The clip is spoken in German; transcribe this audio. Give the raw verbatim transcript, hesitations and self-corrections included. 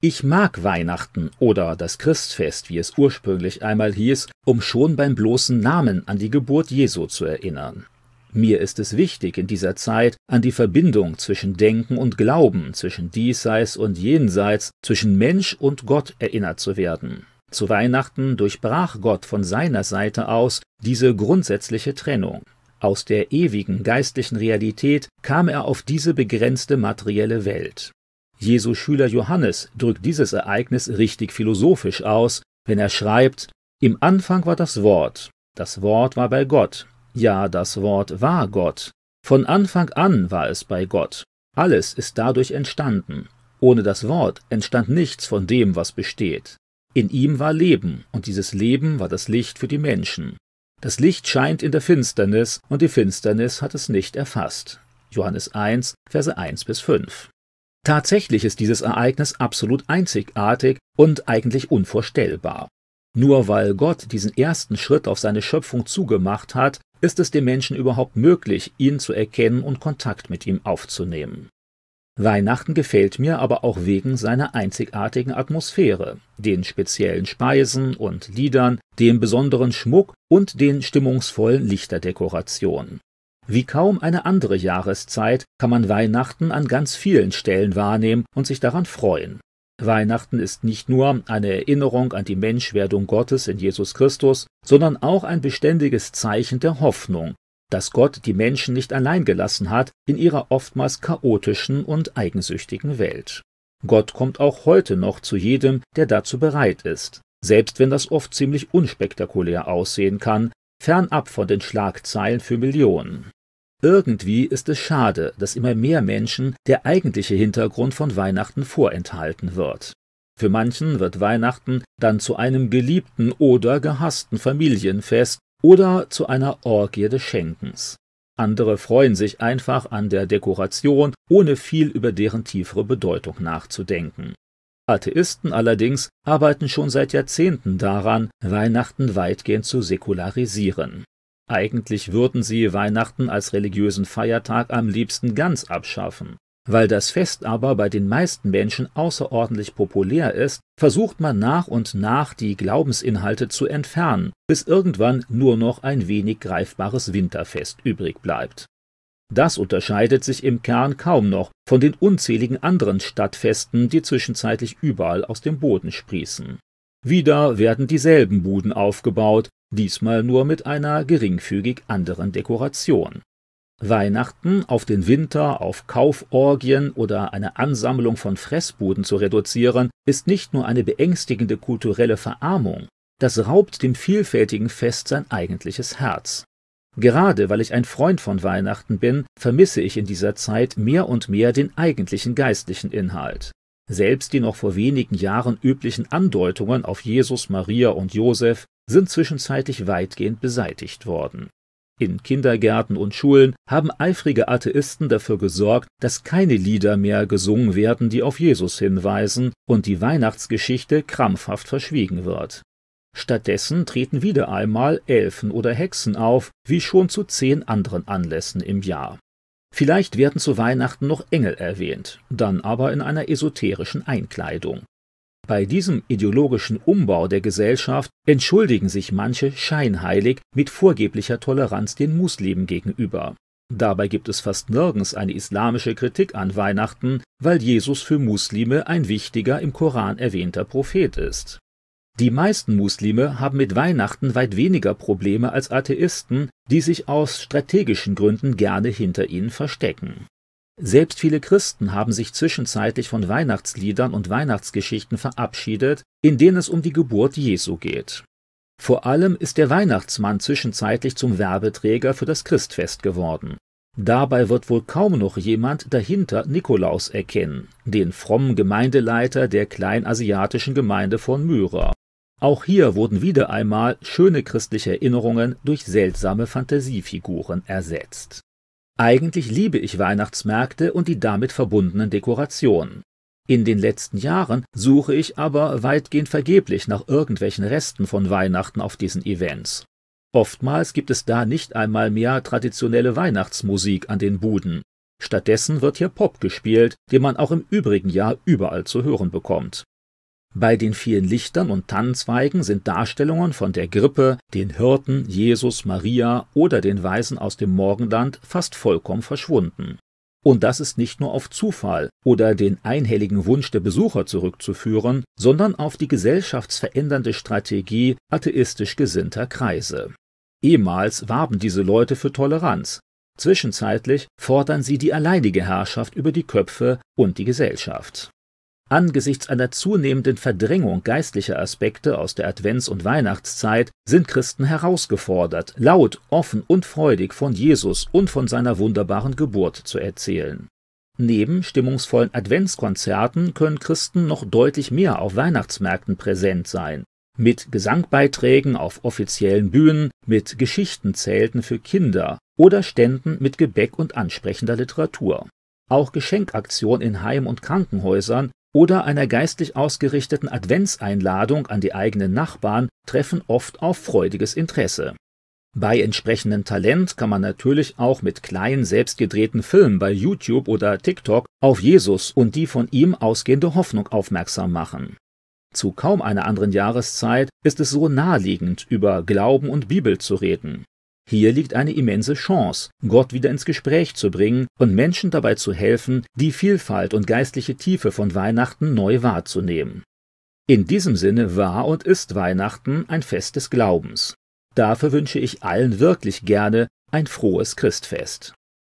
Ich mag Weihnachten oder das Christfest, wie es ursprünglich einmal hieß, um schon beim bloßen Namen an die Geburt Jesu zu erinnern. Mir ist es wichtig, in dieser Zeit an die Verbindung zwischen Denken und Glauben, zwischen Diesseits und Jenseits, zwischen Mensch und Gott erinnert zu werden. Zu Weihnachten durchbrach Gott von seiner Seite aus diese grundsätzliche Trennung. Aus der ewigen geistlichen Realität kam er auf diese begrenzte materielle Welt. Jesu Schüler Johannes drückt dieses Ereignis richtig philosophisch aus, wenn er schreibt: Im Anfang war das Wort, das Wort war bei Gott, ja, das Wort war Gott. Von Anfang an war es bei Gott. Alles ist dadurch entstanden. Ohne das Wort entstand nichts von dem, was besteht. In ihm war Leben, und dieses Leben war das Licht für die Menschen. Das Licht scheint in der Finsternis, und die Finsternis hat es nicht erfasst. Johannes eins, Verse eins bis fünf. Tatsächlich ist dieses Ereignis absolut einzigartig und eigentlich unvorstellbar. Nur weil Gott diesen ersten Schritt auf seine Schöpfung zugemacht hat, ist es dem Menschen überhaupt möglich, ihn zu erkennen und Kontakt mit ihm aufzunehmen. Weihnachten gefällt mir aber auch wegen seiner einzigartigen Atmosphäre, den speziellen Speisen und Liedern, dem besonderen Schmuck und den stimmungsvollen Lichterdekorationen. Wie kaum eine andere Jahreszeit kann man Weihnachten an ganz vielen Stellen wahrnehmen und sich daran freuen. Weihnachten ist nicht nur eine Erinnerung an die Menschwerdung Gottes in Jesus Christus, sondern auch ein beständiges Zeichen der Hoffnung, dass Gott die Menschen nicht allein gelassen hat in ihrer oftmals chaotischen und eigensüchtigen Welt. Gott kommt auch heute noch zu jedem, der dazu bereit ist, selbst wenn das oft ziemlich unspektakulär aussehen kann, fernab von den Schlagzeilen für Millionen. Irgendwie ist es schade, dass immer mehr Menschen der eigentliche Hintergrund von Weihnachten vorenthalten wird. Für manchen wird Weihnachten dann zu einem geliebten oder gehassten Familienfest oder zu einer Orgie des Schenkens. Andere freuen sich einfach an der Dekoration, ohne viel über deren tiefere Bedeutung nachzudenken. Atheisten allerdings arbeiten schon seit Jahrzehnten daran, Weihnachten weitgehend zu säkularisieren. Eigentlich würden sie Weihnachten als religiösen Feiertag am liebsten ganz abschaffen. Weil das Fest aber bei den meisten Menschen außerordentlich populär ist, versucht man nach und nach die Glaubensinhalte zu entfernen, bis irgendwann nur noch ein wenig greifbares Winterfest übrig bleibt. Das unterscheidet sich im Kern kaum noch von den unzähligen anderen Stadtfesten, die zwischenzeitlich überall aus dem Boden sprießen. Wieder werden dieselben Buden aufgebaut, diesmal nur mit einer geringfügig anderen Dekoration. Weihnachten auf den Winter, auf Kauforgien oder eine Ansammlung von Fressbuden zu reduzieren, ist nicht nur eine beängstigende kulturelle Verarmung, das raubt dem vielfältigen Fest sein eigentliches Herz. Gerade weil ich ein Freund von Weihnachten bin, vermisse ich in dieser Zeit mehr und mehr den eigentlichen geistlichen Inhalt. Selbst die noch vor wenigen Jahren üblichen Andeutungen auf Jesus, Maria und Josef sind zwischenzeitlich weitgehend beseitigt worden. In Kindergärten und Schulen haben eifrige Atheisten dafür gesorgt, dass keine Lieder mehr gesungen werden, die auf Jesus hinweisen, und die Weihnachtsgeschichte krampfhaft verschwiegen wird. Stattdessen treten wieder einmal Elfen oder Hexen auf, wie schon zu zehn anderen Anlässen im Jahr. Vielleicht werden zu Weihnachten noch Engel erwähnt, dann aber in einer esoterischen Einkleidung. Bei diesem ideologischen Umbau der Gesellschaft entschuldigen sich manche scheinheilig mit vorgeblicher Toleranz den Muslimen gegenüber. Dabei gibt es fast nirgends eine islamische Kritik an Weihnachten, weil Jesus für Muslime ein wichtiger im Koran erwähnter Prophet ist. Die meisten Muslime haben mit Weihnachten weit weniger Probleme als Atheisten, die sich aus strategischen Gründen gerne hinter ihnen verstecken. Selbst viele Christen haben sich zwischenzeitlich von Weihnachtsliedern und Weihnachtsgeschichten verabschiedet, in denen es um die Geburt Jesu geht. Vor allem ist der Weihnachtsmann zwischenzeitlich zum Werbeträger für das Christfest geworden. Dabei wird wohl kaum noch jemand dahinter Nikolaus erkennen, den frommen Gemeindeleiter der kleinasiatischen Gemeinde von Myra. Auch hier wurden wieder einmal schöne christliche Erinnerungen durch seltsame Fantasiefiguren ersetzt. Eigentlich liebe ich Weihnachtsmärkte und die damit verbundenen Dekorationen. In den letzten Jahren suche ich aber weitgehend vergeblich nach irgendwelchen Resten von Weihnachten auf diesen Events. Oftmals gibt es da nicht einmal mehr traditionelle Weihnachtsmusik an den Buden. Stattdessen wird hier Pop gespielt, den man auch im übrigen Jahr überall zu hören bekommt. Bei den vielen Lichtern und Tannenzweigen sind Darstellungen von der Krippe, den Hirten, Jesus, Maria oder den Weisen aus dem Morgenland fast vollkommen verschwunden. Und das ist nicht nur auf Zufall oder den einhelligen Wunsch der Besucher zurückzuführen, sondern auf die gesellschaftsverändernde Strategie atheistisch gesinnter Kreise. Ehemals warben diese Leute für Toleranz. Zwischenzeitlich fordern sie die alleinige Herrschaft über die Köpfe und die Gesellschaft. Angesichts einer zunehmenden Verdrängung geistlicher Aspekte aus der Advents- und Weihnachtszeit sind Christen herausgefordert, laut, offen und freudig von Jesus und von seiner wunderbaren Geburt zu erzählen. Neben stimmungsvollen Adventskonzerten können Christen noch deutlich mehr auf Weihnachtsmärkten präsent sein. Mit Gesangbeiträgen auf offiziellen Bühnen, mit Geschichtenzelten für Kinder oder Ständen mit Gebäck und ansprechender Literatur. Auch Geschenkaktionen in Heim- und Krankenhäusern oder einer geistlich ausgerichteten Adventseinladung an die eigenen Nachbarn treffen oft auf freudiges Interesse. Bei entsprechendem Talent kann man natürlich auch mit kleinen selbstgedrehten Filmen bei YouTube oder TikTok auf Jesus und die von ihm ausgehende Hoffnung aufmerksam machen. Zu kaum einer anderen Jahreszeit ist es so naheliegend, über Glauben und Bibel zu reden. Hier liegt eine immense Chance, Gott wieder ins Gespräch zu bringen und Menschen dabei zu helfen, die Vielfalt und geistliche Tiefe von Weihnachten neu wahrzunehmen. In diesem Sinne war und ist Weihnachten ein Fest des Glaubens. Dafür wünsche ich allen wirklich gerne ein frohes Christfest.